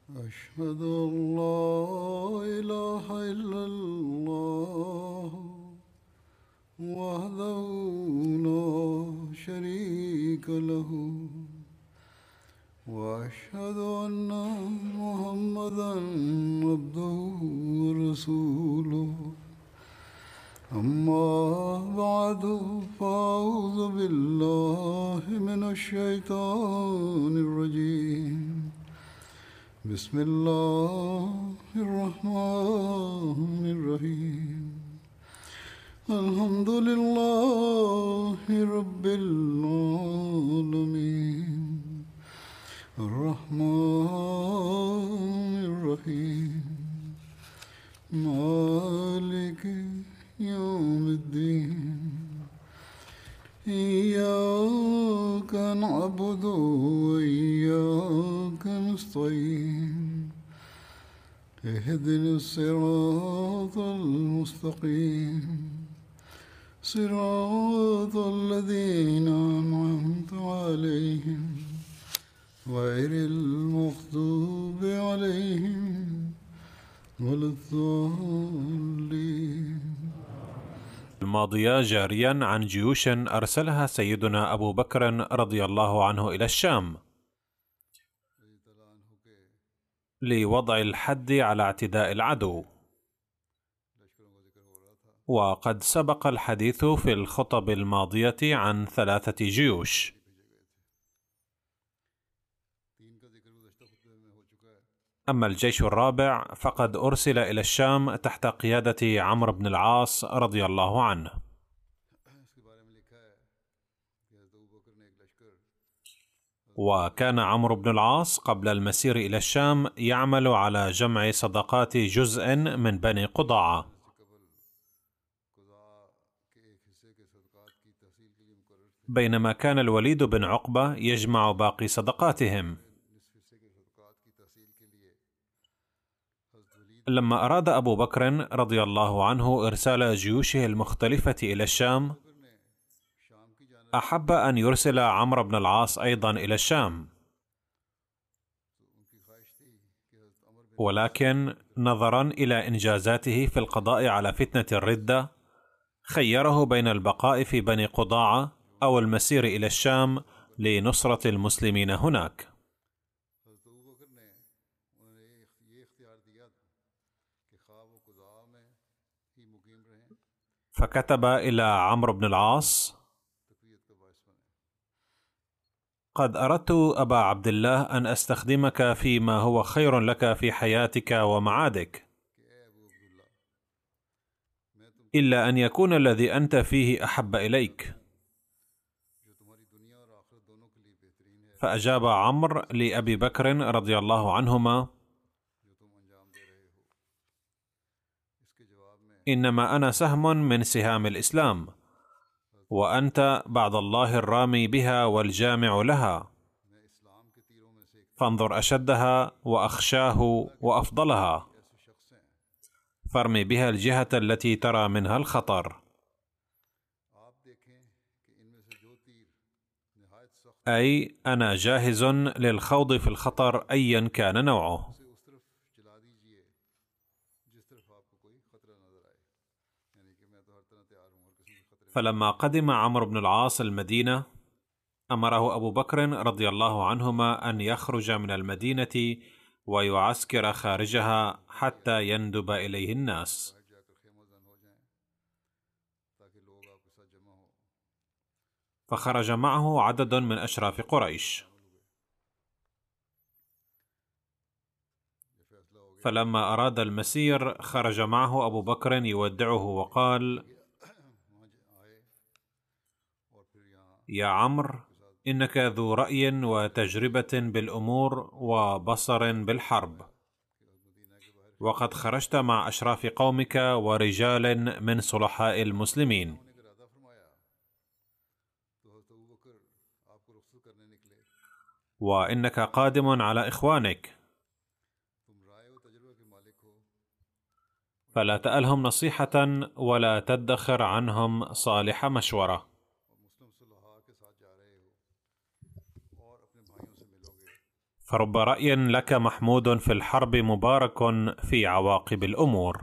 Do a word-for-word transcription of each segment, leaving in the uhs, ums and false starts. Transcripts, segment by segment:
أشهد أن لا إله إلا الله وحده لا شريك له وأشهد أن محمدا عبده ورسوله أما بعد فأعوذ بالله من الشيطان الرجيم بسم الله الرحمن الرحيم الحمد لله رب العالمين الرحمن الرحيم مالك يوم الدين إياك نعبد وإياك نستعين اهدنا الصراط المستقيم صراط الذين أنعمت عليهم غير المغضوب عليهم ولا الضالين. الماضية جاريا عن جيوش أرسلها سيدنا أبو بكر رضي الله عنه إلى الشام لوضع الحد على اعتداء العدو، وقد سبق الحديث في الخطب الماضية عن ثلاثة جيوش. أما الجيش الرابع فقد أرسل إلى الشام تحت قيادة عمرو بن العاص رضي الله عنه. وكان عمرو بن العاص قبل المسير إلى الشام يعمل على جمع صدقات جزء من بني قضاعة، بينما كان الوليد بن عقبة يجمع باقي صدقاتهم. لما أراد أبو بكر رضي الله عنه إرسال جيوشه المختلفة إلى الشام، أحب أن يرسل عمرو بن العاص أيضا إلى الشام، ولكن نظرا إلى إنجازاته في القضاء على فتنة الردة خيره بين البقاء في بني قضاعة أو المسير إلى الشام لنصرة المسلمين هناك. فكتب إلى عمرو بن العاص: قد أردت أبا عبد الله أن أستخدمك فيما هو خير لك في حياتك ومعادك، إلا أن يكون الذي أنت فيه أحب إليك. فأجاب عمرو لأبي بكر رضي الله عنهما: إنما أنا سهم من سهام الإسلام، وأنت بعد الله الرامي بها والجامع لها، فانظر أشدها وأخشاه وأفضلها، فارمي بها الجهة التي ترى منها الخطر. أي أنا جاهز للخوض في الخطر أيا كان نوعه. فلما قدم عمرو بن العاص المدينة، أمره أبو بكر رضي الله عنهما أن يخرج من المدينة ويعسكر خارجها حتى يندب إليه الناس. فخرج معه عدد من أشراف قريش. فلما أراد المسير خرج معه أبو بكر يودعه وقال: يا عمرو، إنك ذو رأي وتجربة بالأمور وبصر بالحرب، وقد خرجت مع أشراف قومك ورجال من صلحاء المسلمين، وإنك قادم على إخوانك، فلا تألهم نصيحة ولا تدخر عنهم صالح مشورة. فرب رأي لك محمود في الحرب مبارك في عواقب الأمور،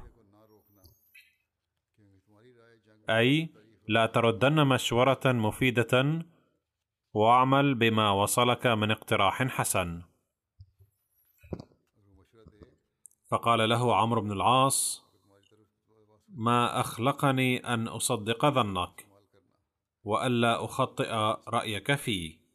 أي لا تردن مشورة مفيدة واعمل بما وصلك من اقتراح حسن. فقال له عمرو بن العاص: ما أخلقني أن أصدق ظنك وألا أخطئ رأيك فيه.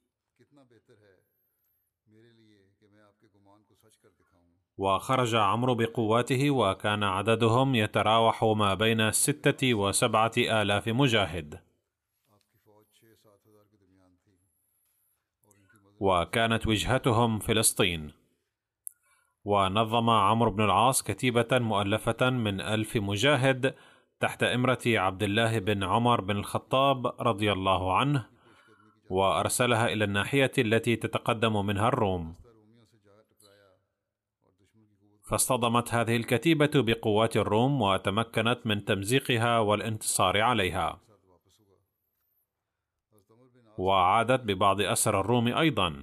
وخرج عمرو بقواته، وكان عددهم يتراوح ما بين ستة وسبعة آلاف مجاهد، وكانت وجهتهم فلسطين. ونظم عمرو بن العاص كتيبة مؤلفة من ألف مجاهد تحت إمرة عبد الله بن عمر بن الخطاب رضي الله عنه، وأرسلها إلى الناحية التي تتقدم منها الروم. فاصطدمت هذه الكتيبة بقوات الروم وتمكنت من تمزيقها والانتصار عليها، وعادت ببعض أسر الروم أيضا.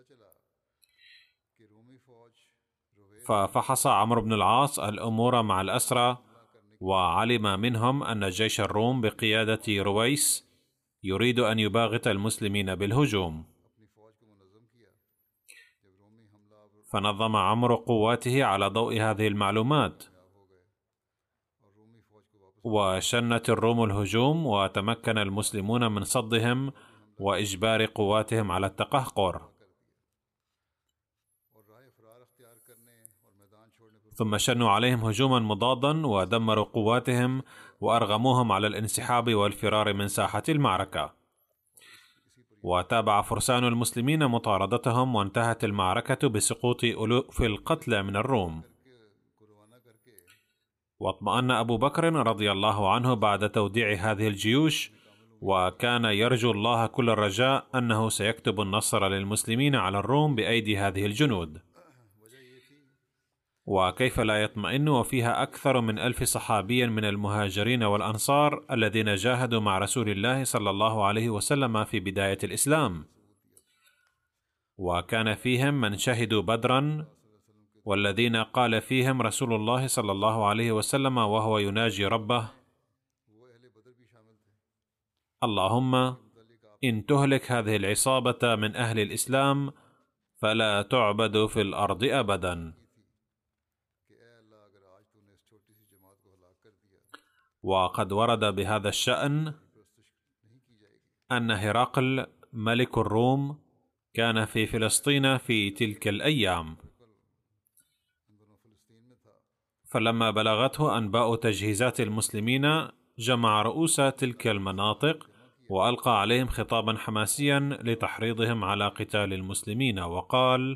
ففحص عمرو بن العاص الأمور مع الأسرى، وعلم منهم أن جيش الروم بقيادة رويس يريد أن يباغت المسلمين بالهجوم. فنظم عمرو قواته على ضوء هذه المعلومات، وشنت الروم الهجوم، وتمكن المسلمون من صدهم وإجبار قواتهم على التقهقر. ثم شنوا عليهم هجوما مضادا ودمروا قواتهم وأرغموهم على الانسحاب والفرار من ساحة المعركة. وتابع فرسان المسلمين مطاردتهم، وانتهت المعركة بسقوط ألوف القتلى من الروم. واطمأن أبو بكر رضي الله عنه بعد توديع هذه الجيوش، وكان يرجو الله كل الرجاء أنه سيكتب النصر للمسلمين على الروم بأيدي هذه الجنود. وكيف لا يطمئن وفيها أكثر من ألف صحابي من المهاجرين والأنصار الذين جاهدوا مع رسول الله صلى الله عليه وسلم في بداية الإسلام، وكان فيهم من شهدوا بدرا، والذين قال فيهم رسول الله صلى الله عليه وسلم وهو يناجي ربه: اللهم إن تهلك هذه العصابة من أهل الإسلام فلا تعبد في الأرض أبدا. وقد ورد بهذا الشأن أن هرقل ملك الروم كان في فلسطين في تلك الأيام، فلما بلغته أنباء تجهيزات المسلمين جمع رؤوس تلك المناطق وألقى عليهم خطابا حماسيا لتحريضهم على قتال المسلمين، وقال: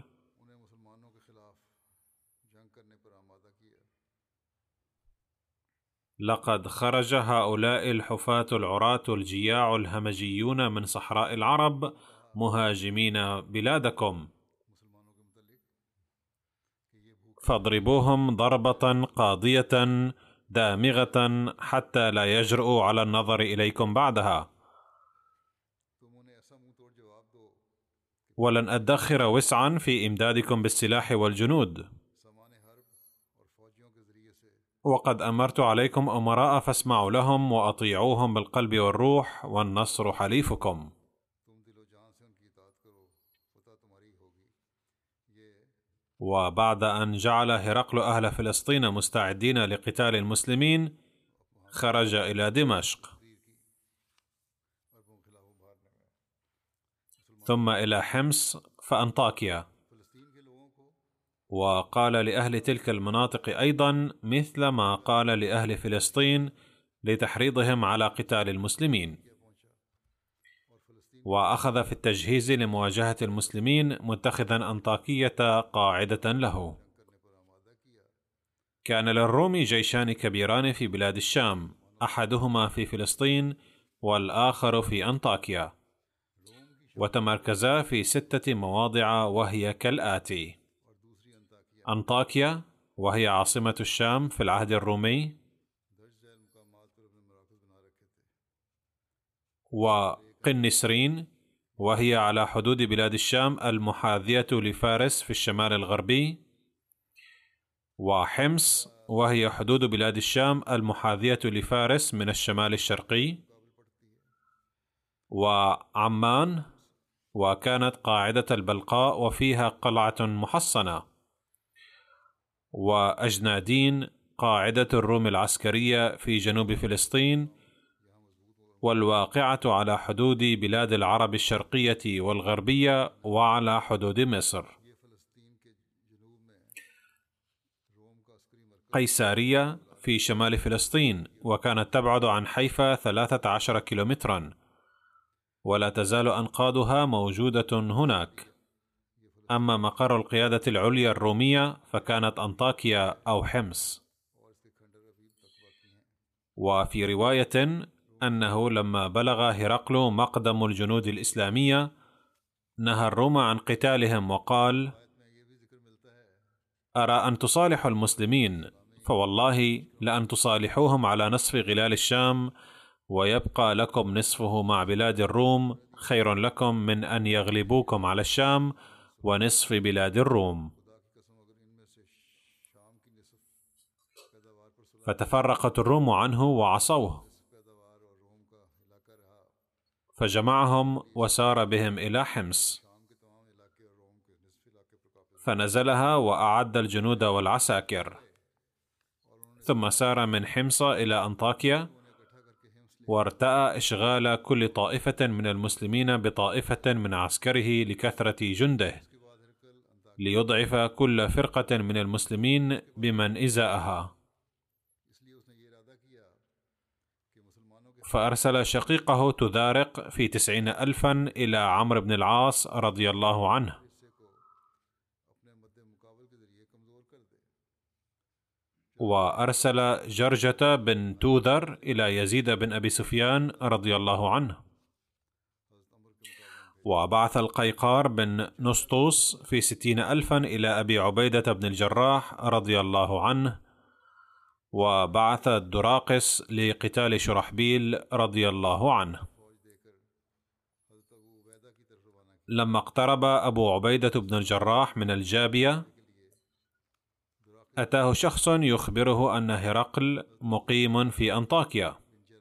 لقد خرج هؤلاء الحفاة العراة الجياع الهمجيون من صحراء العرب مهاجمين بلادكم، فاضربوهم ضربة قاضية دامغة حتى لا يجرؤوا على النظر إليكم بعدها، ولن أدخر وسعا في إمدادكم بالسلاح والجنود، وقد أمرت عليكم أمراء فاسمعوا لهم وأطيعوهم بالقلب والروح، والنصر حليفكم. وبعد أن جعل هرقل أهل فلسطين مستعدين لقتال المسلمين، خرج إلى دمشق، ثم إلى حمص فأنطاكيا، وقال لأهل تلك المناطق أيضا مثل ما قال لأهل فلسطين لتحريضهم على قتال المسلمين. وأخذ في التجهيز لمواجهة المسلمين، متخذا أنطاكية قاعدة له. كان للروم جيشان كبيران في بلاد الشام، أحدهما في فلسطين والآخر في أنطاكيا، وتمركزا في ستة مواضع، وهي كالآتي: أنطاكيا وهي عاصمة الشام في العهد الرومي، وقنسرين وهي على حدود بلاد الشام المحاذية لفارس في الشمال الغربي، وحمص وهي حدود بلاد الشام المحاذية لفارس من الشمال الشرقي، وعمان وكانت قاعدة البلقاء وفيها قلعة محصنة، وأجنادين قاعدة الروم العسكرية في جنوب فلسطين، والواقعة على حدود بلاد العرب الشرقية والغربية وعلى حدود مصر. قيسارية في شمال فلسطين، وكانت تبعد عن حيفا ثلاثة عشر كيلومترا، ولا تزال أنقاضها موجودة هناك. أما مقر القيادة العليا الرومية فكانت أنطاكيا أو حمص. وفي رواية أنه لما بلغ هرقل مقدم الجنود الإسلامية نهى الروم عن قتالهم وقال: أرى أن تصالحوا المسلمين، فوالله لأن تصالحوهم على نصف غلال الشام ويبقى لكم نصفه مع بلاد الروم خير لكم من أن يغلبوكم على الشام ونصف بلاد الروم. فتفرقت الروم عنه وعصوه، فجمعهم وسار بهم إلى حمص، فنزلها وأعد الجنود والعساكر، ثم سار من حمص إلى أنطاكيا، وارتأى إشغال كل طائفة من المسلمين بطائفة من عسكره لكثرة جنده، ليضعف كل فرقة من المسلمين بمن إزاءها. فأرسل شقيقه تذارق في تسعين ألفا إلى عمرو بن العاص رضي الله عنه، وأرسل جرجة بن توذر إلى يزيد بن أبي سفيان رضي الله عنه، وبعث القيقار بن نسطوس في ستين ألفا إلى أبي عبيدة بن الجراح رضي الله عنه، وبعث الدراقس لقتال شرحبيل رضي الله عنه. لما اقترب أبو عبيدة بن الجراح من الجابية أتاه شخص يخبره أن هرقل مقيم في أنطاكيا،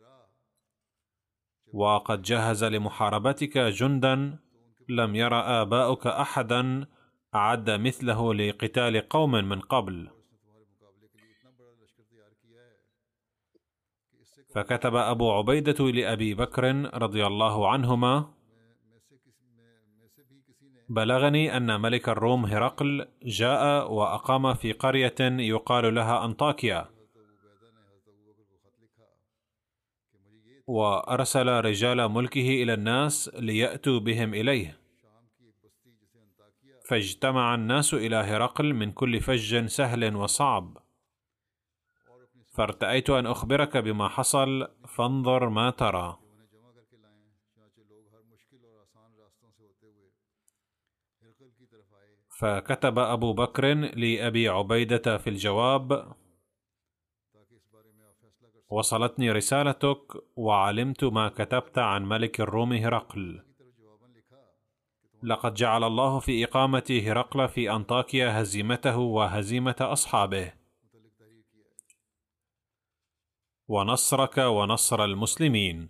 وقد جهز لمحاربتك جندا لم يرى آباؤك أحدا أعد مثله لقتال قوم من قبل. فكتب أبو عبيدة لأبي بكر رضي الله عنهما: بلغني أن ملك الروم هرقل جاء وأقام في قرية يقال لها أنطاكيا، وأرسل رجال ملكه إلى الناس ليأتوا بهم إليه، فاجتمع الناس إلى هرقل من كل فج سهل وصعب، فارتأيت أن أخبرك بما حصل فانظر ما ترى. فكتب أبو بكر لأبي عبيدة في الجواب: وصلتني رسالتك وعلمت ما كتبت عن ملك الروم هرقل. لقد جعل الله في إقامة هرقل في أنطاكيا هزيمته وهزيمة أصحابه، ونصرك ونصر المسلمين.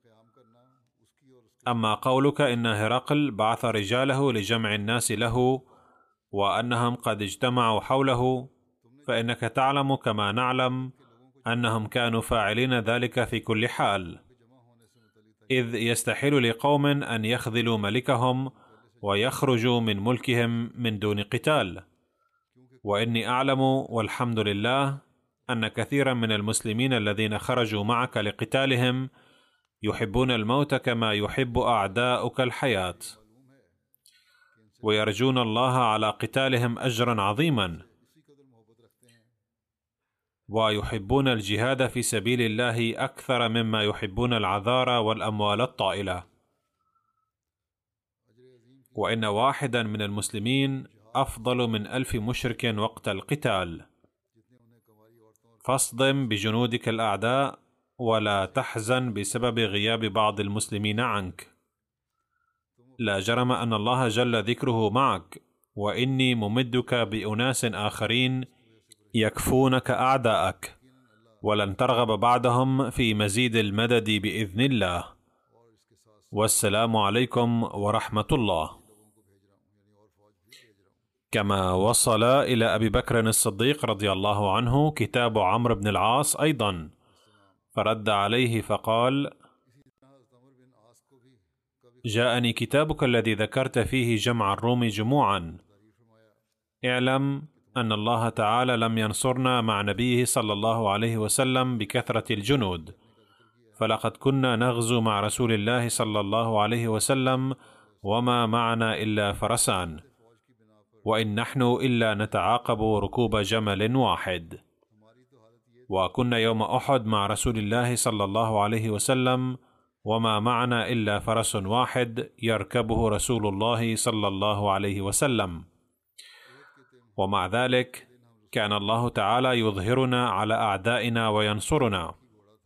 أما قولك إن هرقل بعث رجاله لجمع الناس له وأنهم قد اجتمعوا حوله، فإنك تعلم كما نعلم أنهم كانوا فاعلين ذلك في كل حال، إذ يستحيل لقوم أن يخذلوا ملكهم ويخرجوا من ملكهم من دون قتال. وإني أعلم والحمد لله أن كثيرا من المسلمين الذين خرجوا معك لقتالهم يحبون الموت كما يحب أعداؤك الحياة، ويرجون الله على قتالهم أجرا عظيما، ويحبون الجهاد في سبيل الله أكثر مما يحبون العذار والأموال الطائلة. وإن واحدا من المسلمين أفضل من ألف مشرك وقت القتال. فاصدم بجنودك الأعداء ولا تحزن بسبب غياب بعض المسلمين عنك. لا جرم أن الله جل ذكره معك، وإني ممدك بأناس آخرين يكفونك أعداءك، ولن ترغب بعدهم في مزيد المدد بإذن الله. والسلام عليكم ورحمة الله. كما وصل إلى أبي بكر الصديق رضي الله عنه كتاب عمرو بن العاص أيضا، فرد عليه فقال: جاءني كتابك الذي ذكرت فيه جمع الروم جموعا. اعلم أن الله تعالى لم ينصرنا مع نبيه صلى الله عليه وسلم بكثرة الجنود، فلقد كنا نغزو مع رسول الله صلى الله عليه وسلم وما معنا إلا فرسان، وإن نحن إلا نتعاقب ركوب جمل واحد. وكنا يوم أحد مع رسول الله صلى الله عليه وسلم وما معنا إلا فرس واحد يركبه رسول الله صلى الله عليه وسلم، ومع ذلك كان الله تعالى يظهرنا على أعدائنا وينصرنا.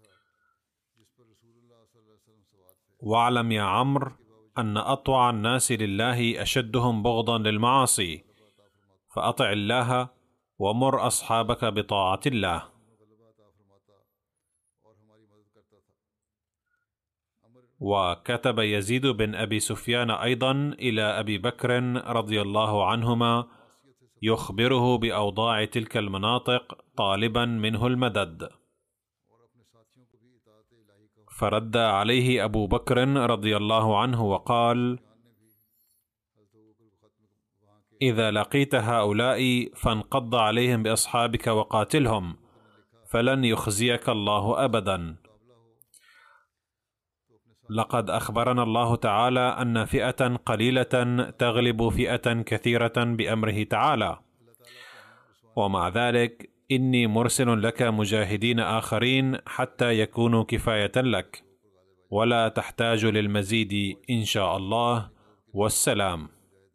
واعلم يا عمرو أن أطوع الناس لله أشدهم بغضا للمعاصي، فأطع الله ومر أصحابك بطاعة الله. وكتب يزيد بن أبي سفيان أيضا إلى أبي بكر رضي الله عنهما يخبره بأوضاع تلك المناطق طالبا منه المدد، فرد عليه أبو بكر رضي الله عنه وقال: إذا لقيت هؤلاء فانقض عليهم بأصحابك وقاتلهم، فلن يخزيك الله أبدا. لقد أخبرنا الله تعالى أن فئة قليلة تغلب فئة كثيرة بأمره تعالى، ومع ذلك إني مرسل لك مجاهدين آخرين حتى يكونوا كفاية لك، ولا تحتاج للمزيد إن شاء الله، والسلام.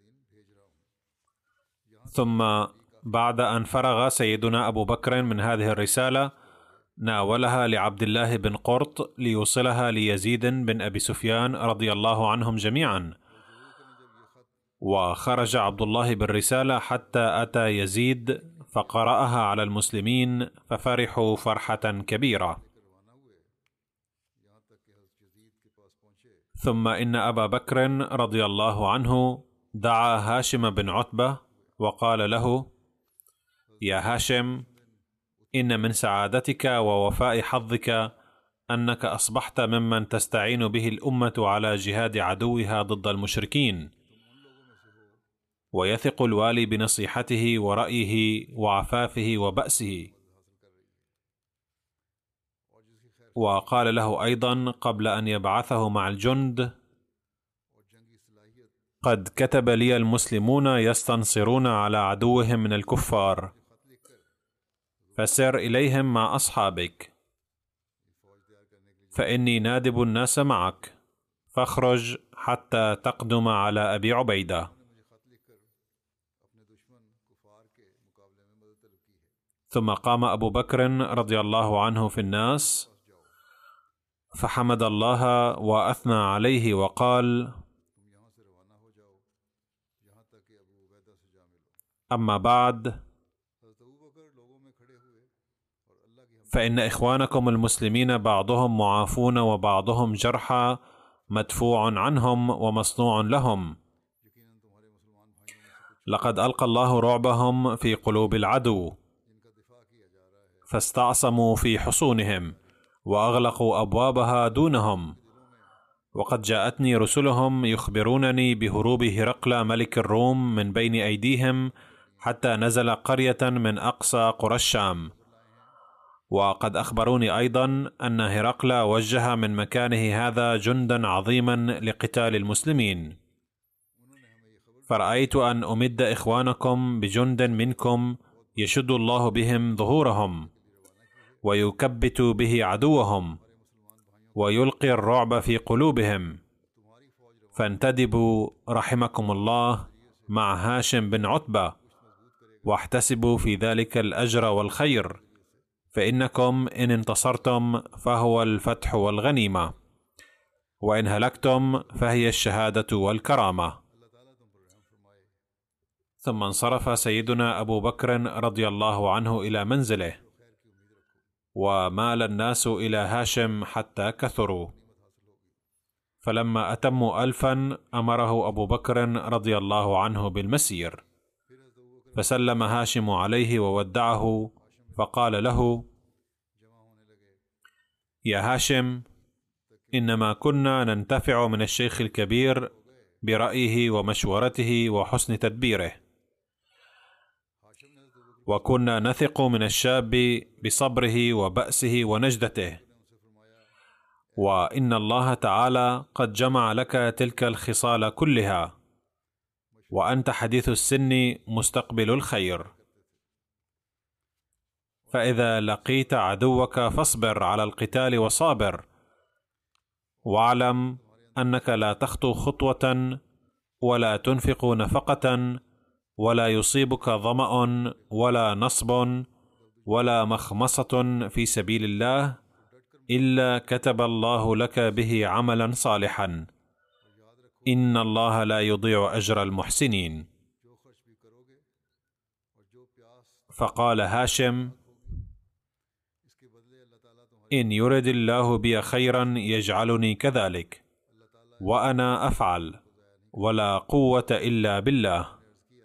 ثم بعد أن فرغ سيدنا أبو بكر من هذه الرسالة ناولها لعبد الله بن قرط ليوصلها ليزيد بن أبي سفيان رضي الله عنهم جميعا، وخرج عبد الله بالرسالة حتى أتى يزيد فقرأها على المسلمين ففرحوا فرحة كبيرة. ثم إن أبا بكر رضي الله عنه دعا هاشم بن عتبة وقال له: يا هاشم، إن من سعادتك ووفاء حظك أنك أصبحت ممن تستعين به الأمة على جهاد عدوها ضد المشركين، ويثق الوالي بنصيحته ورأيه وعفافه وبأسه. وقال له أيضا قبل أن يبعثه مع الجند: قد كتب لي المسلمون يستنصرون على عدوهم من الكفار، فسر إليهم مع أصحابك، فإني نادب الناس معك، فاخرج حتى تقدم على أبي عبيدة. ثم قام أبو بكر رضي الله عنه في الناس فحمد الله وأثنى عليه وقال: أما بعد، فإن إخوانكم المسلمين بعضهم معافون وبعضهم جرحى مدفوع عنهم ومصنوع لهم. لقد ألقى الله رعبهم في قلوب العدو، فاستعصموا في حصونهم وأغلقوا أبوابها دونهم. وقد جاءتني رسلهم يخبرونني بهروب هرقل ملك الروم من بين أيديهم حتى نزل قرية من أقصى قرى الشام. وقد أخبروني أيضا أن هرقل وجه من مكانه هذا جندا عظيما لقتال المسلمين، فرأيت أن أمد إخوانكم بجند منكم يشد الله بهم ظهورهم ويكبت به عدوهم ويلقي الرعب في قلوبهم، فانتدبوا رحمكم الله مع هاشم بن عتبة، واحتسبوا في ذلك الأجر والخير، فإنكم إن انتصرتم فهو الفتح والغنيمة، وإن هلكتم فهي الشهادة والكرامة. ثم انصرف سيدنا أبو بكر رضي الله عنه إلى منزله، ومال الناس إلى هاشم حتى كثروا، فلما أتموا ألفا أمره أبو بكر رضي الله عنه بالمسير، فسلم هاشم عليه وودعه، فقال له: يا هاشم، إنما كنا ننتفع من الشيخ الكبير برأيه ومشورته وحسن تدبيره، وكنا نثق من الشاب بصبره وبأسه ونجدته، وإن الله تعالى قد جمع لك تلك الخصال كلها، وأنت حديث السن مستقبل الخير، فإذا لقيت عدوك فاصبر على القتال وصابر، واعلم أنك لا تخطو خطوة ولا تنفق نفقة ولا يصيبك ظمأ ولا نصب ولا مخمصة في سبيل الله إلا كتب الله لك به عملا صالحا، إن الله لا يضيع أجر المحسنين. فقال هاشم: إن يرد الله بي خيرا يجعلني كذلك، وأنا أفعل، ولا قوة إلا بالله.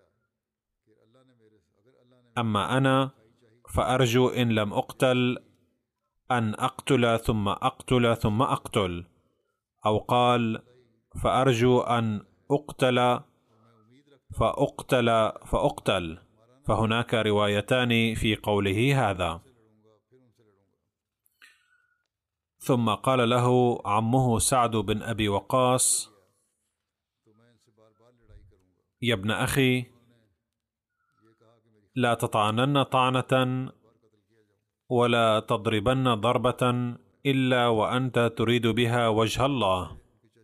أما أنا فأرجو إن لم أقتل أن أقتل ثم أقتل ثم أقتل، أو قال: فأرجو أن أقتل فأقتل فأقتل، فهناك روايتان في قوله هذا. ثم قال له عمه سعد بن أبي وقاص: يا ابن أخي، لا تطعنن طعنة ولا تضربن ضربة إلا وأنت تريد بها وجه الله،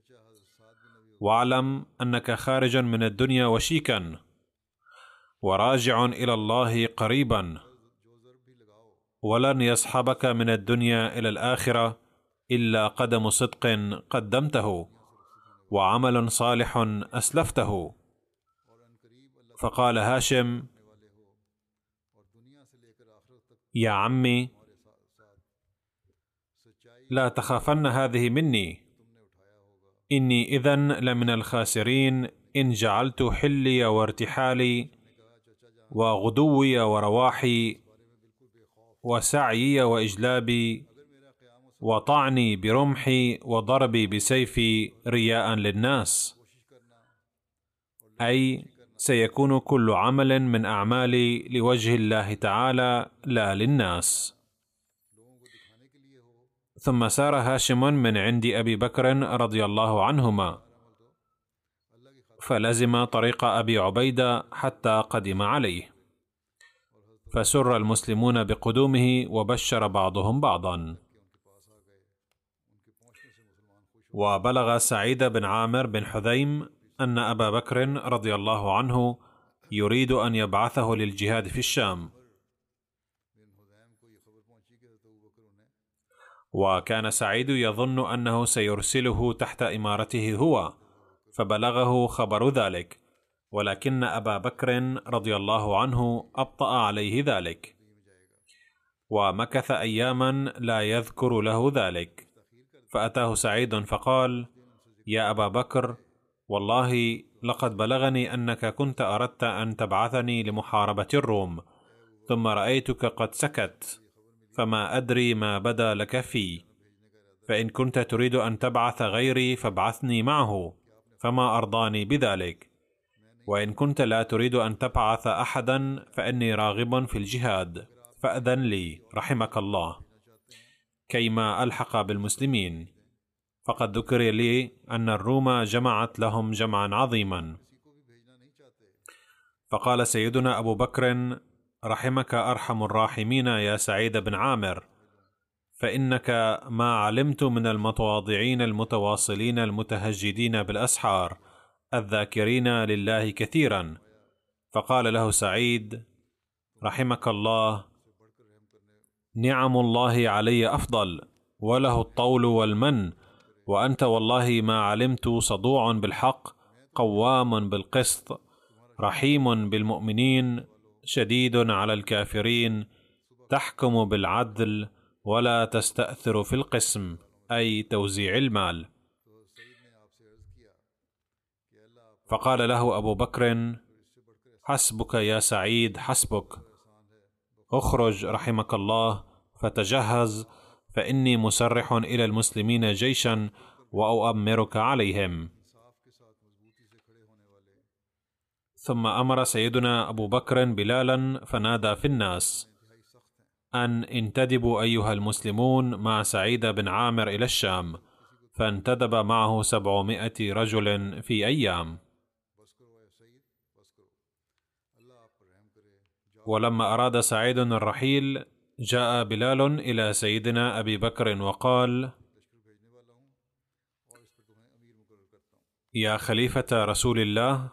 واعلم أنك خارج من الدنيا وشيكا، وراجع إلى الله قريبا، ولن يصحبك من الدنيا إلى الآخرة إلا قدم صدق قدمته وعمل صالح أسلفته. فقال هاشم: يا عمي، لا تخافن هذه مني، إني إذن لمن الخاسرين إن جعلت حلي وارتحالي وغدوي ورواحي وسعيي وإجلابي وطعني برمحي وضربي بسيفي رياء للناس، أي سيكون كل عمل من أعمالي لوجه الله تعالى لا للناس. ثم سار هاشم من عند أبي بكر رضي الله عنهما، فلزم طريق أبي عبيدة حتى قدم عليه، فسر المسلمون بقدومه وبشر بعضهم بعضا. وبلغ سعيد بن عامر بن حذيم أن أبا بكر رضي الله عنه يريد أن يبعثه للجهاد في الشام، وكان سعيد يظن أنه سيرسله تحت إمارته هو، فبلغه خبر ذلك، ولكن أبا بكر رضي الله عنه أبطأ عليه ذلك، ومكث أياما لا يذكر له ذلك، فأتاه سعيد فقال: يا أبا بكر، والله لقد بلغني أنك كنت أردت أن تبعثني لمحاربة الروم، ثم رأيتك قد سكت، فما أدري ما بدا لك فيه، فإن كنت تريد أن تبعث غيري فابعثني معه، فما أرضاني بذلك، وإن كنت لا تريد أن تبعث أحدا فإني راغب في الجهاد، فأذن لي رحمك الله كيما ألحق بالمسلمين، فقد ذكر لي أن الروم جمعت لهم جمعا عظيما. فقال سيدنا أبو بكر: رحمك أرحم الراحمين يا سعيد بن عامر، فإنك ما علمت من المتواضعين المتواصلين المتهجدين بالأسحار الذاكرين لله كثيرا. فقال له سعيد رحمك الله: نعم الله علي أفضل، وله الطول والمن، وأنت والله ما علمت صدوع بالحق قوام بالقسط رحيم بالمؤمنين شديد على الكافرين تحكم بالعدل ولا تستأثر في القسم، أي توزيع المال. فقال له أبو بكر: حسبك يا سعيد، حسبك، اخرج رحمك الله فتجهز، فإني مسرح إلى المسلمين جيشا وأؤمرك عليهم. ثم أمر سيدنا أبو بكر بلالا فنادى في الناس أن انتدبوا أيها المسلمون مع سعيد بن عامر إلى الشام، فانتدب معه سبعمائة رجل في أيام. ولما أراد سعيد الرحيل جاء بلال إلى سيدنا أبي بكر وقال: يا خليفة رسول الله،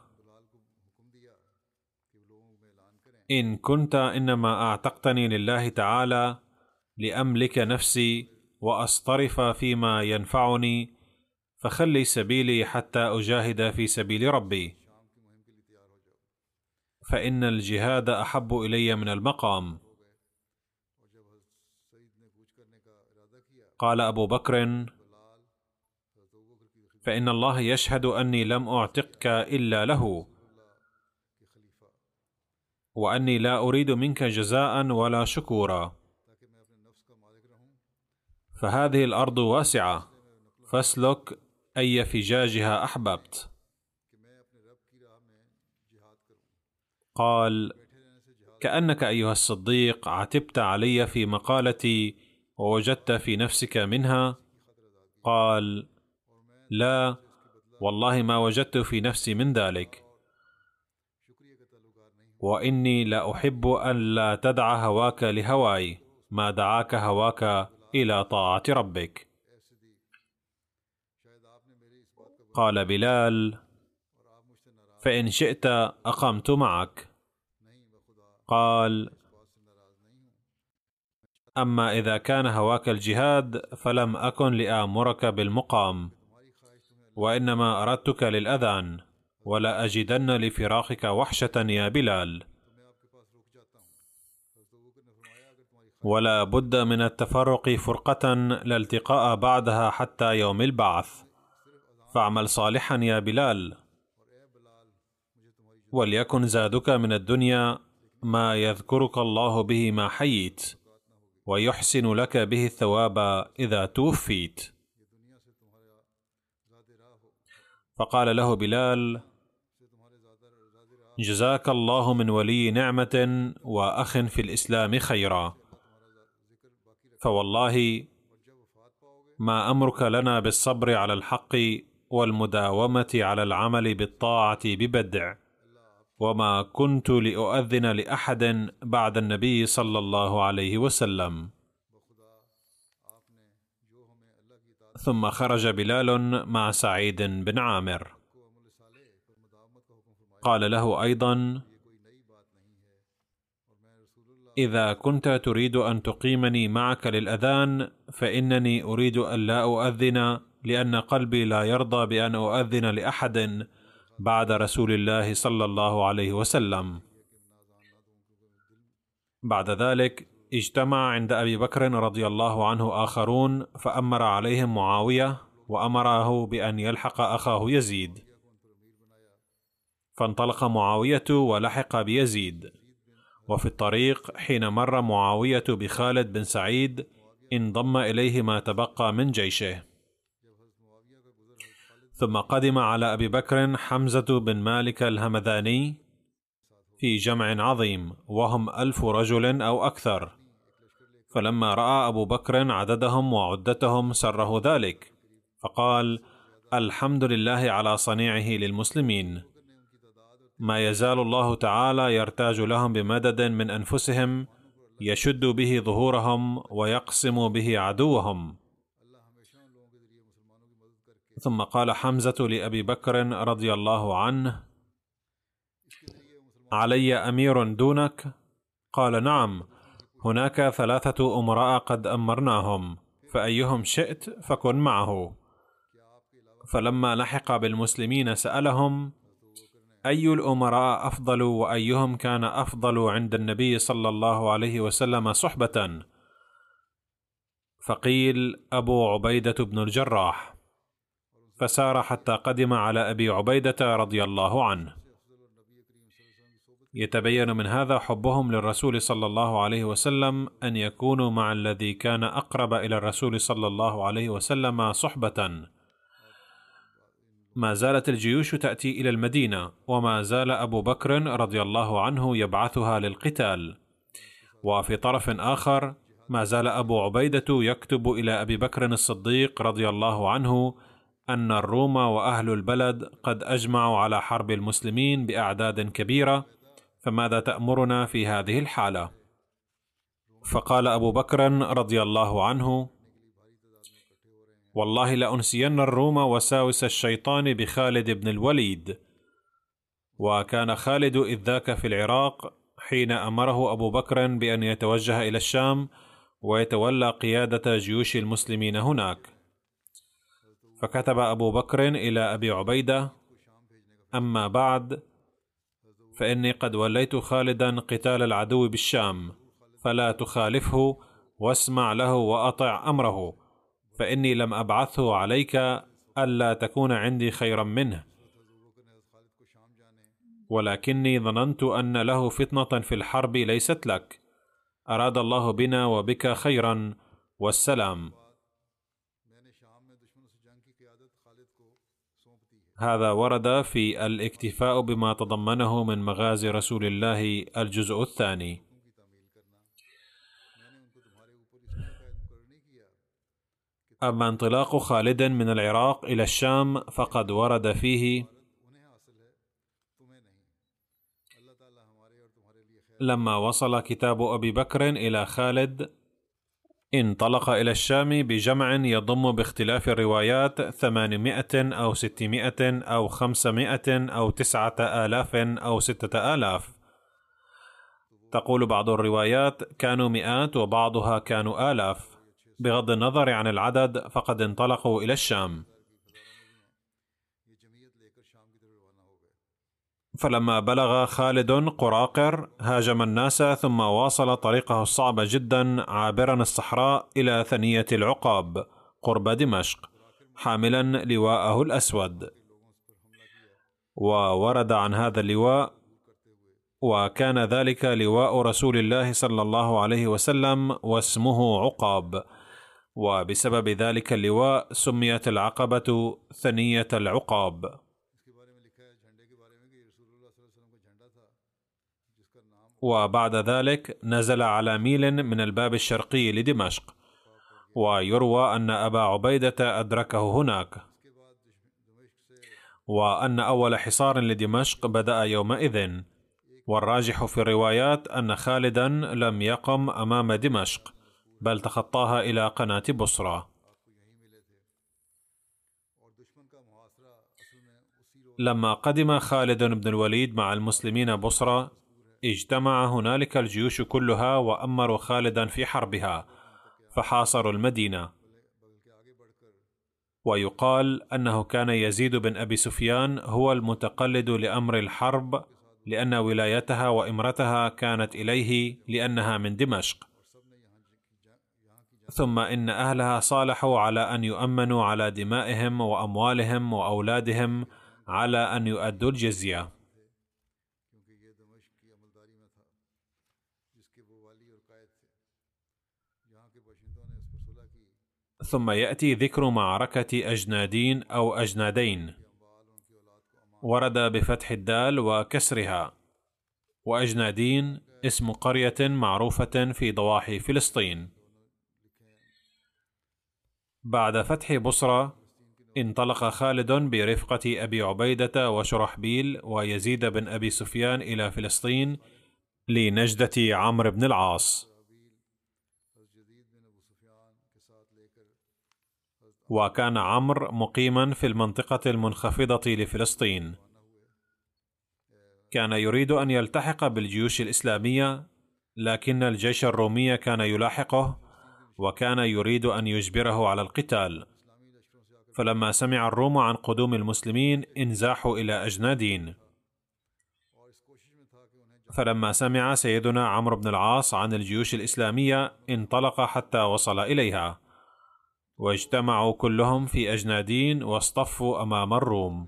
إن كنت إنما أعتقتني لله تعالى لأملك نفسي وأصطرف فيما ينفعني، فخلي سبيلي حتى أجاهد في سبيل ربي، فإن الجهاد أحب إلي من المقام. قال أبو بكر: فإن الله يشهد أني لم أعتقك إلا له، وأني لا أريد منك جزاء ولا شكورا، فهذه الأرض واسعة فاسلك أي فجاجها أحببت. قال: كأنك أيها الصديق عتبت علي في مقالتي ووجدت في نفسك منها. قال: لا والله ما وجدت في نفسي من ذلك، وإني لا أحب أن لا تدع هواك لهواي ما دعاك هواك إلى طاعة ربك. قال بلال: فإن شئت أقمت معك. قال: أما إذا كان هواك الجهاد فلم أكن لآمرك بالمقام، وإنما أردتك للأذان، ولا أجدن لفراقك وحشة يا بلال، ولا بد من التفرق فرقة لا التقاء بعدها حتى يوم البعث، فاعمل صالحا يا بلال، وليكن زادك من الدنيا ما يذكرك الله به ما حييت، ويحسن لك به الثواب إذا توفيت. فقال له بلال: جزاك الله من ولي نعمة وأخ في الإسلام خيرا، فوالله ما أمرك لنا بالصبر على الحق والمداومة على العمل بالطاعة ببدع، وما كنت لأؤذن لأحد بعد النبي صلى الله عليه وسلم. ثم خرج بلال مع سعيد بن عامر. قال له أيضا: إذا كنت تريد أن تقيمني معك للأذان فإنني أريد أن لا أؤذن، لأن قلبي لا يرضى بأن أؤذن لأحد بعد رسول الله صلى الله عليه وسلم. بعد ذلك اجتمع عند أبي بكر رضي الله عنه آخرون، فأمر عليهم معاوية وأمره بأن يلحق أخاه يزيد، فانطلق معاوية ولحق بيزيد. وفي الطريق حين مر معاوية بخالد بن سعيد انضم إليه ما تبقى من جيشه. ثم قدم على أبي بكر حمزة بن مالك الهمذاني في جمع عظيم، وهم ألف رجل أو أكثر، فلما رأى أبو بكر عددهم وعدتهم سره ذلك، فقال: الحمد لله على صنيعه للمسلمين، ما يزال الله تعالى يرتاج لهم بمدد من أنفسهم يشد به ظهورهم ويقسم به عدوهم. ثم قال حمزة لأبي بكر رضي الله عنه: علي أمير دونك؟ قال: نعم، هناك ثلاثة أمراء قد أمرناهم، فأيهم شئت فكن معه. فلما لحق بالمسلمين سألهم: أي الأمراء أفضل وأيهم كان أفضل عند النبي صلى الله عليه وسلم صحبة؟ فقيل: أبو عبيدة بن الجراح. فسار حتى قدم على أبي عبيدة رضي الله عنه. يتبين من هذا حبهم للرسول صلى الله عليه وسلم أن يكونوا مع الذي كان أقرب إلى الرسول صلى الله عليه وسلم صحبة. ما زالت الجيوش تأتي إلى المدينة، وما زال أبو بكر رضي الله عنه يبعثها للقتال. وفي طرف آخر ما زال أبو عبيدة يكتب إلى أبي بكر الصديق رضي الله عنه أن الروم وأهل البلد قد أجمعوا على حرب المسلمين بأعداد كبيرة، فماذا تأمرنا في هذه الحالة؟ فقال أبو بكر رضي الله عنه: والله لأنسين الروم وساوس الشيطان بخالد بن الوليد. وكان خالد إذ ذاك في العراق حين أمره أبو بكر بأن يتوجه إلى الشام ويتولى قيادة جيوش المسلمين هناك. فكتب أبو بكر إلى أبي عبيدة: أما بعد، فإني قد وليت خالدا قتال العدو بالشام، فلا تخالفه واسمع له وأطع أمره، فإني لم أبعثه عليك ألا تكون عندي خيرا منه، ولكني ظننت أن له فتنة في الحرب ليست لك. أراد الله بنا وبك خيرا، والسلام. هذا ورد في الاكتفاء بما تضمنه من مغازي رسول الله الجزء الثاني. أما انطلاق خالد من العراق إلى الشام فقد ورد فيه: لما وصل كتاب أبي بكر إلى خالد انطلق إلى الشام بجمع يضم باختلاف الروايات ثمانمائة أو ستمائة أو خمسمائة أو تسعة آلاف أو ستة آلاف. تقول بعض الروايات كانوا مئات وبعضها كانوا آلاف. بغض النظر عن العدد فقد انطلقوا إلى الشام. فلما بلغ خالد قراقر هاجم الناس، ثم واصل طريقه الصعب جدا عابرا الصحراء إلى ثنية العقاب قرب دمشق حاملا لواءه الأسود. وورد عن هذا اللواء: وكان ذلك لواء رسول الله صلى الله عليه وسلم واسمه عقاب، وبسبب ذلك اللواء سميت العقبة ثنية العقاب. وبعد ذلك نزل على ميل من الباب الشرقي لدمشق، ويروى أن أبا عبيدة أدركه هناك، وأن أول حصار لدمشق بدأ يومئذ. والراجح في الروايات أن خالدا لم يقم أمام دمشق، بل تخطاها إلى قناة بصرى. لما قدم خالد بن الوليد مع المسلمين بصرى اجتمع هنالك الجيوش كلها وأمروا خالدا في حربها، فحاصروا المدينة. ويقال أنه كان يزيد بن أبي سفيان هو المتقلد لأمر الحرب، لأن ولايتها وإمرتها كانت إليه لأنها من دمشق. ثم إن أهلها صالحوا على أن يؤمنوا على دمائهم وأموالهم وأولادهم على أن يؤدوا الجزية. ثم يأتي ذكر معركة أجنادين أو أجنادين. ورد بفتح الدال وكسرها. وأجنادين اسم قرية معروفة في ضواحي فلسطين. بعد فتح بصرى انطلق خالد برفقة أبي عبيدة وشرحبيل ويزيد بن أبي سفيان إلى فلسطين لنجدة عمرو بن العاص. وكان عمرو مقيما في المنطقة المنخفضة لفلسطين. كان يريد أن يلتحق بالجيوش الإسلامية، لكن الجيش الرومي كان يلاحقه، وكان يريد أن يجبره على القتال. فلما سمع الروم عن قدوم المسلمين انزاحوا إلى أجنادين. فلما سمع سيدنا عمرو بن العاص عن الجيوش الإسلامية انطلق حتى وصل إليها، واجتمعوا كلهم في أجنادين واصطفوا أمام الروم.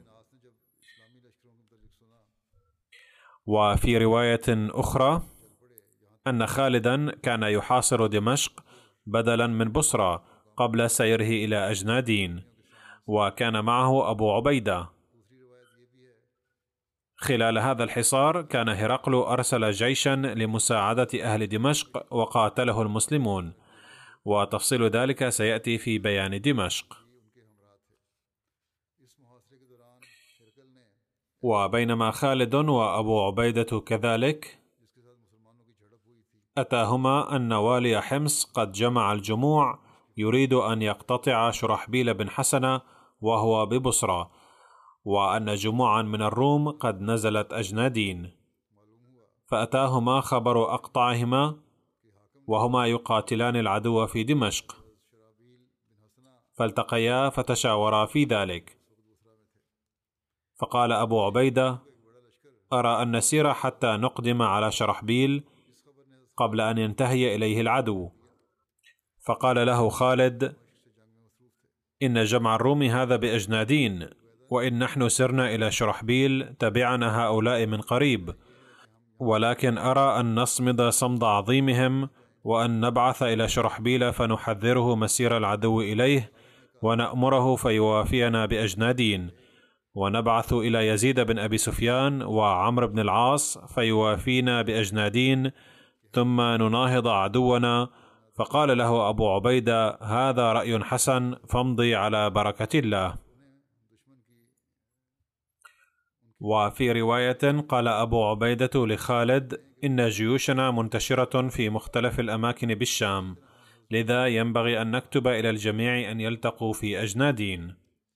وفي رواية أخرى أن خالدا كان يحاصر دمشق بدلا من بصرى قبل سيره إلى أجنادين، وكان معه أبو عبيدة. خلال هذا الحصار كان هرقل أرسل جيشا لمساعدة أهل دمشق وقاتله المسلمون، وتفصيل ذلك سيأتي في بيان دمشق. وبينما خالد وأبو عبيدة كذلك، أتاهما أن والي حمص قد جمع الجموع يريد أن يقتطع شرحبيل بن حسنة وهو ببصرى، وأن جموعا من الروم قد نزلت أجنادين. فأتاهما خبر أقطاعهما وهما يقاتلان العدو في دمشق، فالتقيا فتشاورا في ذلك. فقال أبو عبيدة: أرى أن نسير حتى نقدم على شرحبيل قبل أن ينتهي إليه العدو. فقال له خالد: إن جمع الروم هذا بأجنادين، وإن نحن سرنا إلى شرحبيل تبعنا هؤلاء من قريب، ولكن أرى أن نصمد صمد عظيمهم، وأن نبعث إلى شرحبيل فنحذره مسير العدو إليه، ونأمره فيوافينا بأجنادين، ونبعث إلى يزيد بن أبي سفيان وعمرو بن العاص فيوافينا بأجنادين، ثم نناهض عدونا. فقال له أبو عبيدة: هذا رأي حسن، فامضي على بركة الله. وفي رواية قال أبو عبيدة لخالد: إن جيوشنا منتشرة في مختلف الأماكن بالشام، لذا ينبغي أن نكتب إلى الجميع أن يلتقوا في أجنادين.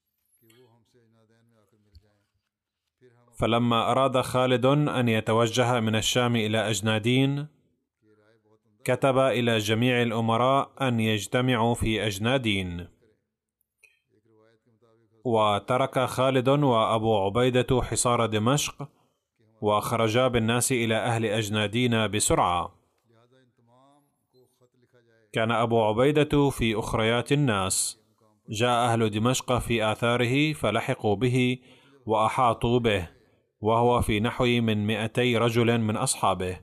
فلما أراد خالد أن يتوجه من الشام إلى أجنادين، كتب إلى جميع الأمراء أن يجتمعوا في أجنادين. وترك خالد وأبو عبيدة حصار دمشق، وخرجا بالناس إلى أهل أجنادين بسرعة. كان أبو عبيدة في أخريات الناس، جاء أهل دمشق في آثاره فلحقوا به وأحاطوا به، وهو في نحو من مئتي رجل من أصحابه.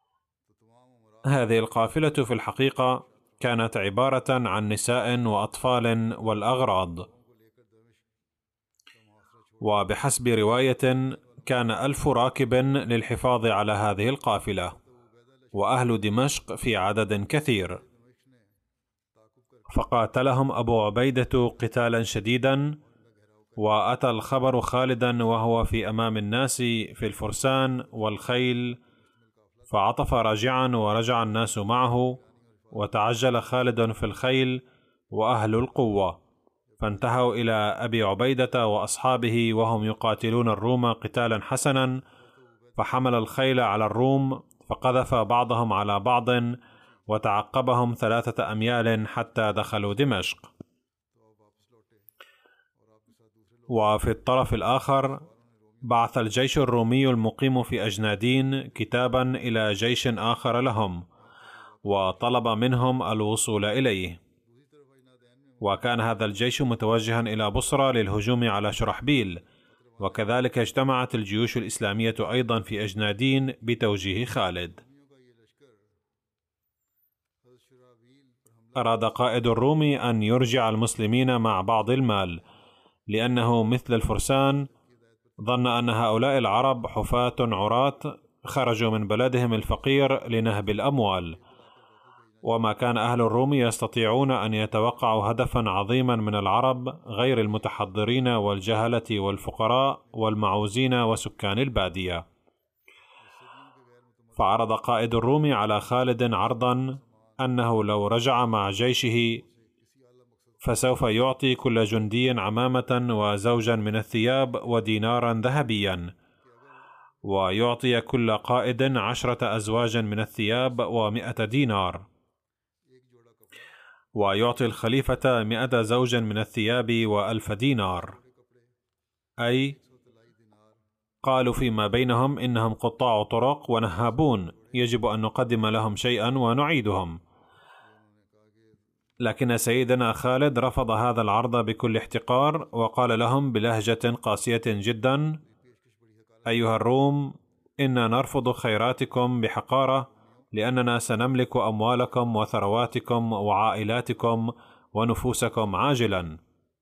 هذه القافلة في الحقيقة كانت عبارة عن نساء وأطفال والأغراض. وبحسب رواية كان ألف راكب للحفاظ على هذه القافلة، وأهل دمشق في عدد كثير. فقاتلهم أبو عبيدة قتالا شديدا، وأتى الخبر خالدا وهو في أمام الناس في الفرسان والخيل، فعطف راجعا ورجع الناس معه، وتعجل خالد في الخيل وأهل القوة، فانتهوا إلى أبي عبيدة وأصحابه وهم يقاتلون الروم قتالا حسنا، فحمل الخيل على الروم فقذف بعضهم على بعض، وتعقبهم ثلاثة أميال حتى دخلوا دمشق. وفي الطرف الآخر بعث الجيش الرومي المقيم في أجنادين كتابا إلى جيش آخر لهم، وطلب منهم الوصول إليه. وكان هذا الجيش متوجها إلى بصرى للهجوم على شرحبيل، وكذلك اجتمعت الجيوش الإسلامية أيضا في أجنادين بتوجيه خالد. أراد قائد الروم أن يرجع المسلمين مع بعض المال، لأنه مثل الفرسان ظن أن هؤلاء العرب حفاة عراة خرجوا من بلدهم الفقير لنهب الأموال، وما كان أهل الروم يستطيعون أن يتوقعوا هدفا عظيما من العرب غير المتحضرين والجهلة والفقراء والمعوزين وسكان البادية. فعرض قائد الروم على خالد عرضا أنه لو رجع مع جيشه فسوف يعطي كل جندي عمامة وزوجا من الثياب ودينارا ذهبيا، ويعطي كل قائد عشرة أزواج من الثياب ومئة دينار. ويعطي الخليفة مئة زوج من الثياب وألف دينار. أي قالوا فيما بينهم إنهم قطاع طرق ونهابون، يجب أن نقدم لهم شيئا ونعيدهم. لكن سيدنا خالد رفض هذا العرض بكل احتقار، وقال لهم بلهجة قاسية جدا: أيها الروم، إنا نرفض خيراتكم بحقارة، لأننا سنملك أموالكم وثرواتكم وعائلاتكم ونفوسكم عاجلا.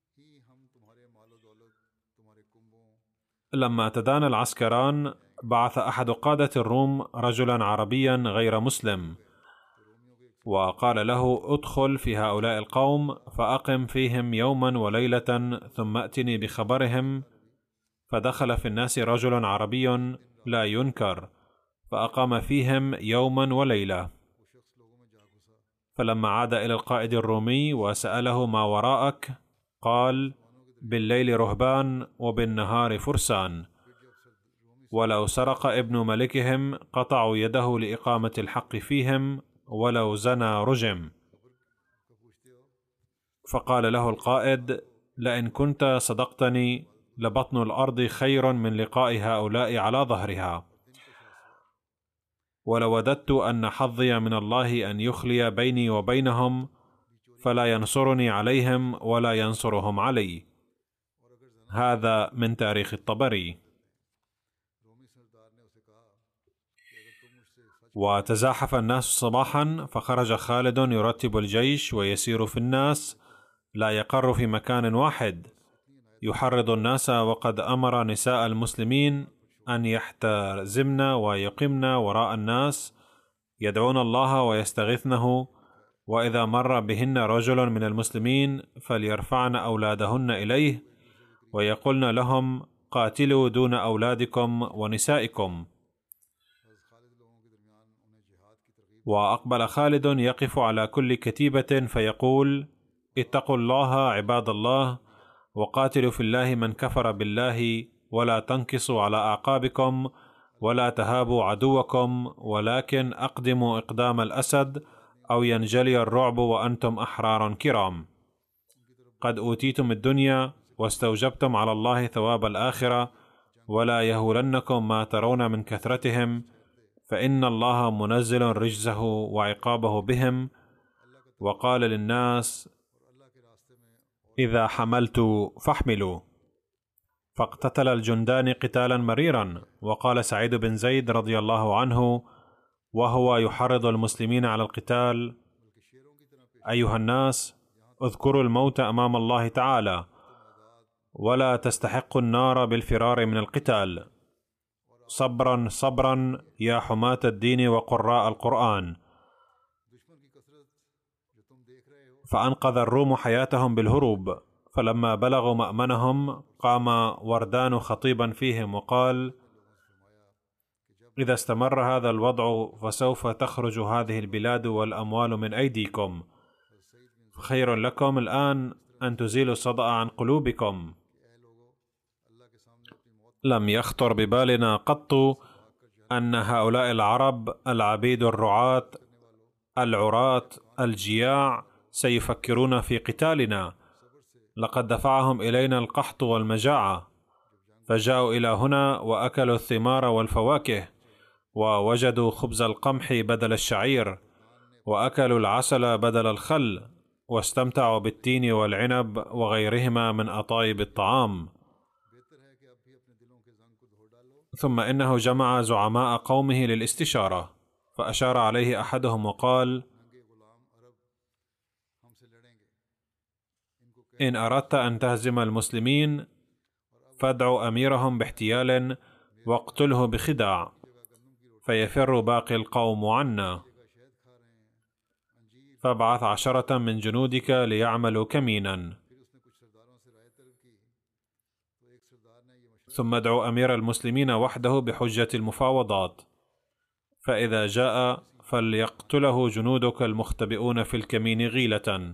لما تدان العسكران، بعث أحد قادة الروم رجلا عربيا غير مسلم، وقال له: ادخل في هؤلاء القوم فأقم فيهم يوما وليلة ثم أتني بخبرهم. فدخل في الناس رجل عربي لا ينكر، فأقام فيهم يوما وليلة. فلما عاد إلى القائد الرومي وسأله: ما وراءك؟ قال: بالليل رهبان وبالنهار فرسان، ولو سرق ابن ملكهم قطعوا يده لإقامة الحق فيهم، ولو زنى رجم. فقال له القائد: لئن كنت صدقتني لبطن الأرض خير من لقاء هؤلاء على ظهرها، ولوددت أن حظي من الله أن يخلي بيني وبينهم، فلا ينصرني عليهم ولا ينصرهم علي. هذا من تاريخ الطبري. وتزاحف الناس صباحا، فخرج خالد يرتب الجيش ويسير في الناس، لا يقر في مكان واحد، يحرض الناس، وقد أمر نساء المسلمين أن يحتزمن ويقمن وراء الناس، يدعون الله ويستغيثنه، وإذا مر بهن رجل من المسلمين فليرفعن أولادهن إليه، ويقولن لهم: قاتلوا دون أولادكم ونسائكم. وأقبل خالد يقف على كل كتيبة فيقول: اتقوا الله عباد الله، وقاتلوا في الله من كفر بالله، ولا تنكصوا على أعقابكم، ولا تهابوا عدوكم، ولكن أقدموا إقدام الأسد، أو ينجلي الرعب وأنتم أحرار كرام. قد أوتيتم الدنيا واستوجبتم على الله ثواب الآخرة، ولا يهولنكم ما ترون من كثرتهم، فإن الله منزل رجزه وعقابه بهم. وقال للناس: إذا حملت فاحملوا. فاقتتل الجندان قتالا مريرا. وقال سعيد بن زيد رضي الله عنه وهو يحرض المسلمين على القتال: أيها الناس، اذكروا الموت أمام الله تعالى، ولا تستحقوا النار بالفرار من القتال. صبرا صبرا يا حماة الدين وقراء القرآن. فأنقذ الروم حياتهم بالهروب. فلما بلغوا مأمنهم قام وردان خطيبا فيهم وقال: إذا استمر هذا الوضع فسوف تخرج هذه البلاد والأموال من أيديكم، خير لكم الآن أن تزيلوا الصدأ عن قلوبكم. لم يخطر ببالنا قط أن هؤلاء العرب العبيد الرعاة العراة الجياع سيفكرون في قتالنا. لقد دفعهم إلينا القحط والمجاعة، فجاءوا إلى هنا وأكلوا الثمار والفواكه، ووجدوا خبز القمح بدل الشعير، وأكلوا العسل بدل الخل، واستمتعوا بالتين والعنب وغيرهما من أطايب الطعام. ثم إنه جمع زعماء قومه للاستشارة، فأشار عليه أحدهم وقال: إن أردت أن تهزم المسلمين فادعوا أميرهم باحتيال واقتله بخداع، فيفر باقي القوم عنا. فابعث عشرة من جنودك ليعملوا كمينا، ثم ادعوا أمير المسلمين وحده بحجة المفاوضات، فإذا جاء فليقتله جنودك المختبئون في الكمين غيلة.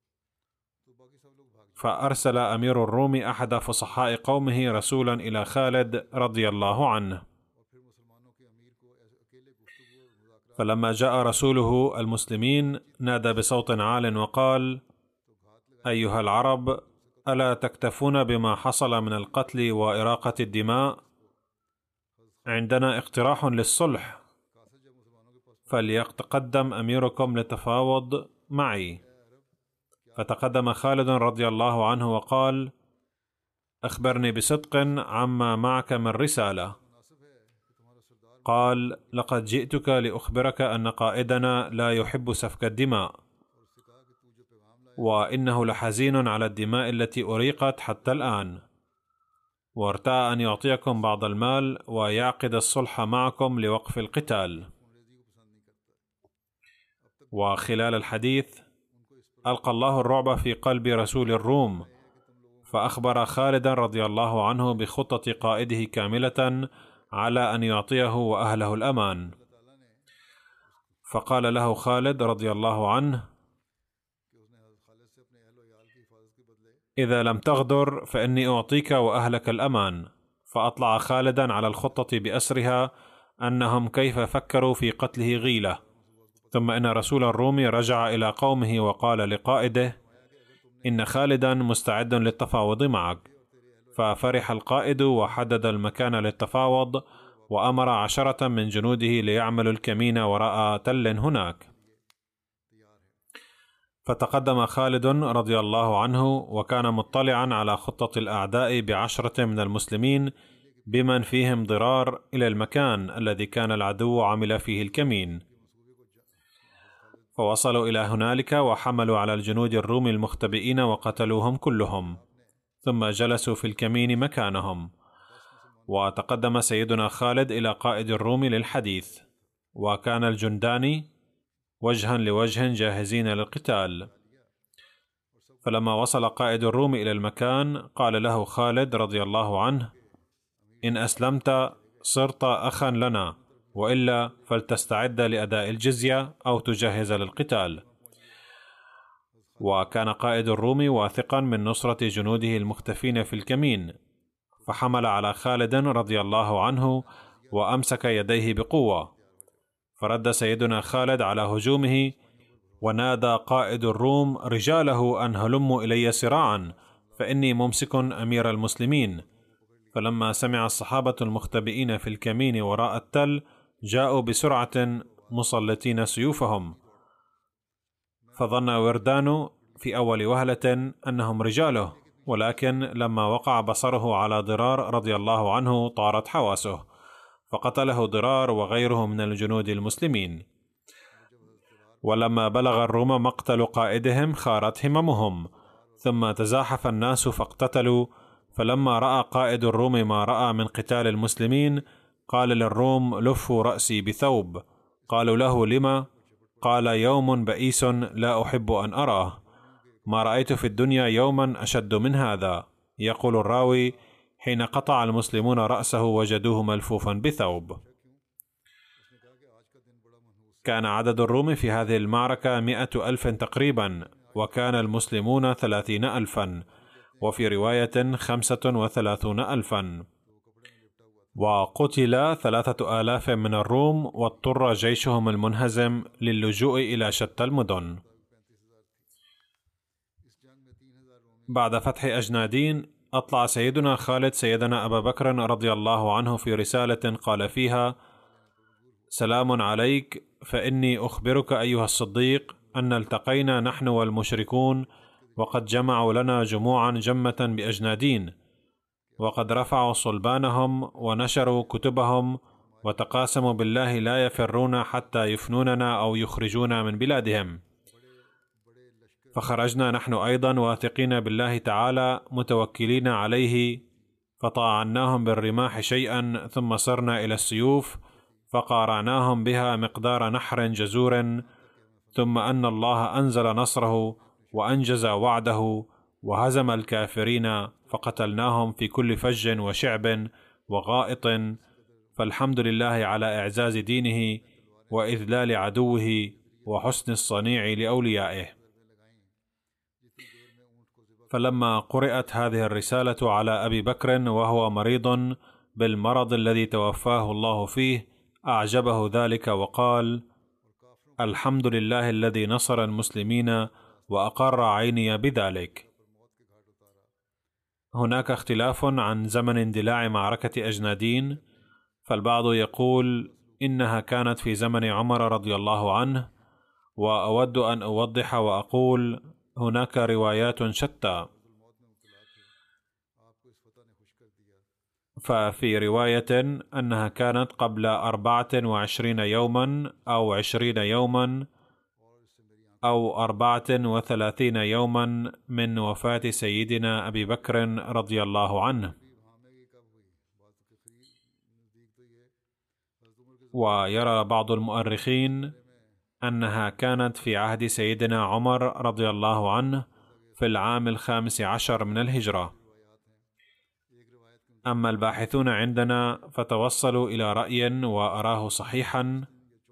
فأرسل أمير الروم أحد فصحاء قومه رسولا إلى خالد رضي الله عنه، فلما جاء رسوله المسلمين نادى بصوت عال وقال: أيها العرب، ألا تكتفون بما حصل من القتل وإراقة الدماء؟ عندنا اقتراح للصلح، فليتقدم أميركم للتفاوض معي. فتقدم خالد رضي الله عنه وقال: أخبرني بصدق عما معك من رسالة. قال: لقد جئتك لأخبرك أن قائدنا لا يحب سفك الدماء، وإنه لحزين على الدماء التي أريقت حتى الآن، وارتأى أن يعطيكم بعض المال ويعقد الصلح معكم لوقف القتال. وخلال الحديث ألقى الله الرعب في قلب رسول الروم، فأخبر خالدا رضي الله عنه بخطة قائده كاملة على أن يعطيه وأهله الأمان. فقال له خالد رضي الله عنه: إذا لم تغدر فإني أعطيك وأهلك الأمان. فأطلع خالدا على الخطة بأسرها أنهم كيف فكروا في قتله غيلة. ثم إن رسول الروم رجع إلى قومه وقال لقائده: إن خالدا مستعد للتفاوض معك. ففرح القائد وحدد المكان للتفاوض، وأمر عشرة من جنوده ليعملوا الكمين وراء تل هناك. فتقدم خالد رضي الله عنه وكان مطلعا على خطة الأعداء بعشرة من المسلمين بمن فيهم ضرار إلى المكان الذي كان العدو عمل فيه الكمين. فوصلوا إلى هنالك وحملوا على الجنود الروم المختبئين وقتلوهم كلهم، ثم جلسوا في الكمين مكانهم. وتقدم سيدنا خالد إلى قائد الروم للحديث، وكان الجندان وجها لوجه جاهزين للقتال. فلما وصل قائد الروم إلى المكان قال له خالد رضي الله عنه: إن أسلمت صرت أخا لنا، وإلا فلتستعد لأداء الجزية أو تجهز للقتال. وكان قائد الروم واثقا من نصرة جنوده المختفين في الكمين، فحمل على خالد رضي الله عنه وأمسك يديه بقوة. فرد سيدنا خالد على هجومه، ونادى قائد الروم رجاله أن هلموا إلي سراعا، فإني ممسك أمير المسلمين. فلما سمع الصحابة المختبئين في الكمين وراء التل جاءوا بسرعة مسلطين سيوفهم، فظن وردان في أول وهلة أنهم رجاله، ولكن لما وقع بصره على ضرار رضي الله عنه طارت حواسه، فقتله ضرار وغيره من الجنود المسلمين. ولما بلغ الروم مقتل قائدهم خارت هممهم، ثم تزاحف الناس فاقتتلوا. فلما رأى قائد الروم ما رأى من قتال المسلمين قال للروم: لفوا رأسي بثوب. قالوا له: لما؟ قال: يوم بئيس لا أحب أن أراه، ما رأيت في الدنيا يوما أشد من هذا. يقول الراوي: حين قطع المسلمون رأسه وجدوه ملفوفا بثوب. كان عدد الروم في هذه المعركة مئة ألف تقريبا، وكان المسلمون ثلاثين ألفا، وفي رواية خمسة وثلاثون ألفا. وقتل ثلاثة آلاف من الروم، واضطر جيشهم المنهزم للجوء إلى شتى المدن. بعد فتح أجنادين أطلع سيدنا خالد سيدنا أبا بكر رضي الله عنه في رسالة قال فيها: سلام عليك، فإني أخبرك أيها الصديق أن التقينا نحن والمشركون، وقد جمعوا لنا جموعا جمة بأجنادين، وقد رفعوا صلبانهم ونشروا كتبهم، وتقاسموا بالله لا يفرون حتى يفنوننا أو يخرجونا من بلادهم. فخرجنا نحن أيضا واثقين بالله تعالى متوكلين عليه، فطاعناهم بالرماح شيئا، ثم صرنا إلى السيوف فقارعناهم بها مقدار نحر جزور، ثم أن الله أنزل نصره وأنجز وعده وهزم الكافرين، فقتلناهم في كل فج وشعب وغائط. فالحمد لله على إعزاز دينه وإذلال عدوه وحسن الصنيع لأوليائه. فلما قرأت هذه الرسالة على أبي بكر وهو مريض بالمرض الذي توفاه الله فيه أعجبه ذلك، وقال: الحمد لله الذي نصر المسلمين وأقر عيني بذلك. هناك اختلاف عن زمن اندلاع معركة أجنادين، فالبعض يقول إنها كانت في زمن عمر رضي الله عنه، وأود أن أوضح وأقول هناك روايات شتى. ففي رواية أنها كانت قبل أربعة وعشرين يوما أو عشرين يوما أو أربعة وثلاثين يوما من وفاة سيدنا أبي بكر رضي الله عنه. ويرى بعض المؤرخين أنها كانت في عهد سيدنا عمر رضي الله عنه في العام الخامس عشر من الهجرة. أما الباحثون عندنا فتوصلوا إلى رأي وأراه صحيحا،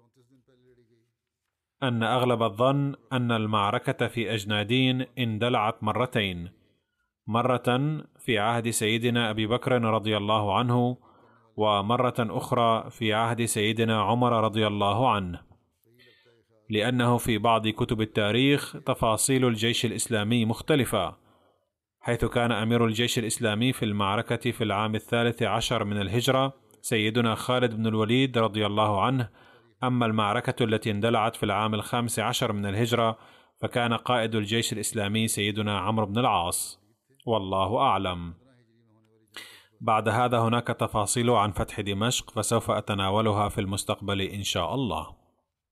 أن أغلب الظن أن المعركة في أجنادين اندلعت مرتين، مرة في عهد سيدنا أبي بكر رضي الله عنه، ومرة أخرى في عهد سيدنا عمر رضي الله عنه، لأنه في بعض كتب التاريخ تفاصيل الجيش الإسلامي مختلفة، حيث كان أمير الجيش الإسلامي في المعركة في العام الثالث عشر من الهجرة سيدنا خالد بن الوليد رضي الله عنه. أما المعركة التي اندلعت في العام الخامس عشر من الهجرة فكان قائد الجيش الإسلامي سيدنا عمرو بن العاص، والله أعلم. بعد هذا هناك تفاصيل عن فتح دمشق، فسوف أتناولها في المستقبل إن شاء الله.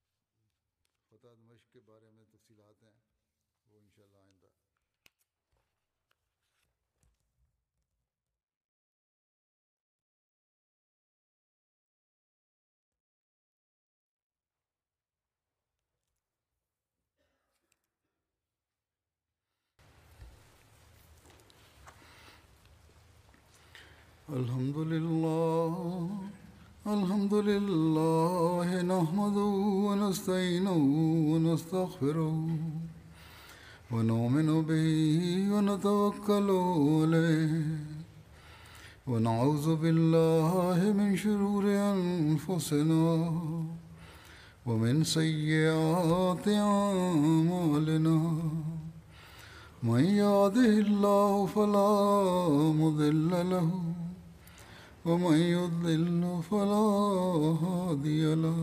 الحمد لله الحمد لله نحمده ونستعينه ونستغفره ونؤمن به ونتوكل عليه ونعوذ بالله من شرور أنفسنا ومن سيئات أعمالنا. من يهده الله فلا مضل له ومن يضلل فلا هادي له،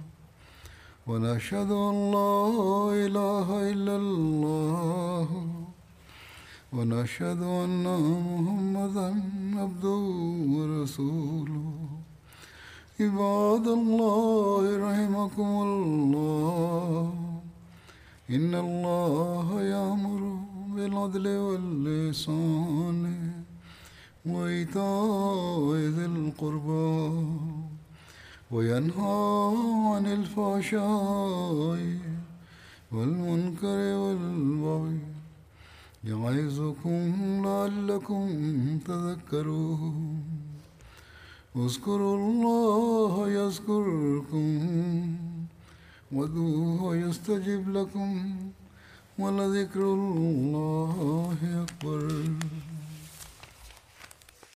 ونشهد أن لا إله إلا الله ونشهد أن محمدا عبده ورسوله. عباد الله رحمكم الله، إن الله يأمر بالعدل والإحسان وإيتاء ذي القربى وينهى عن الفحشاء والمنكر والبغي يعظكم لعلكم تذكرون. اذكروا الله يذكركم وادعوه يستجب لكم ولذكر الله أكبر.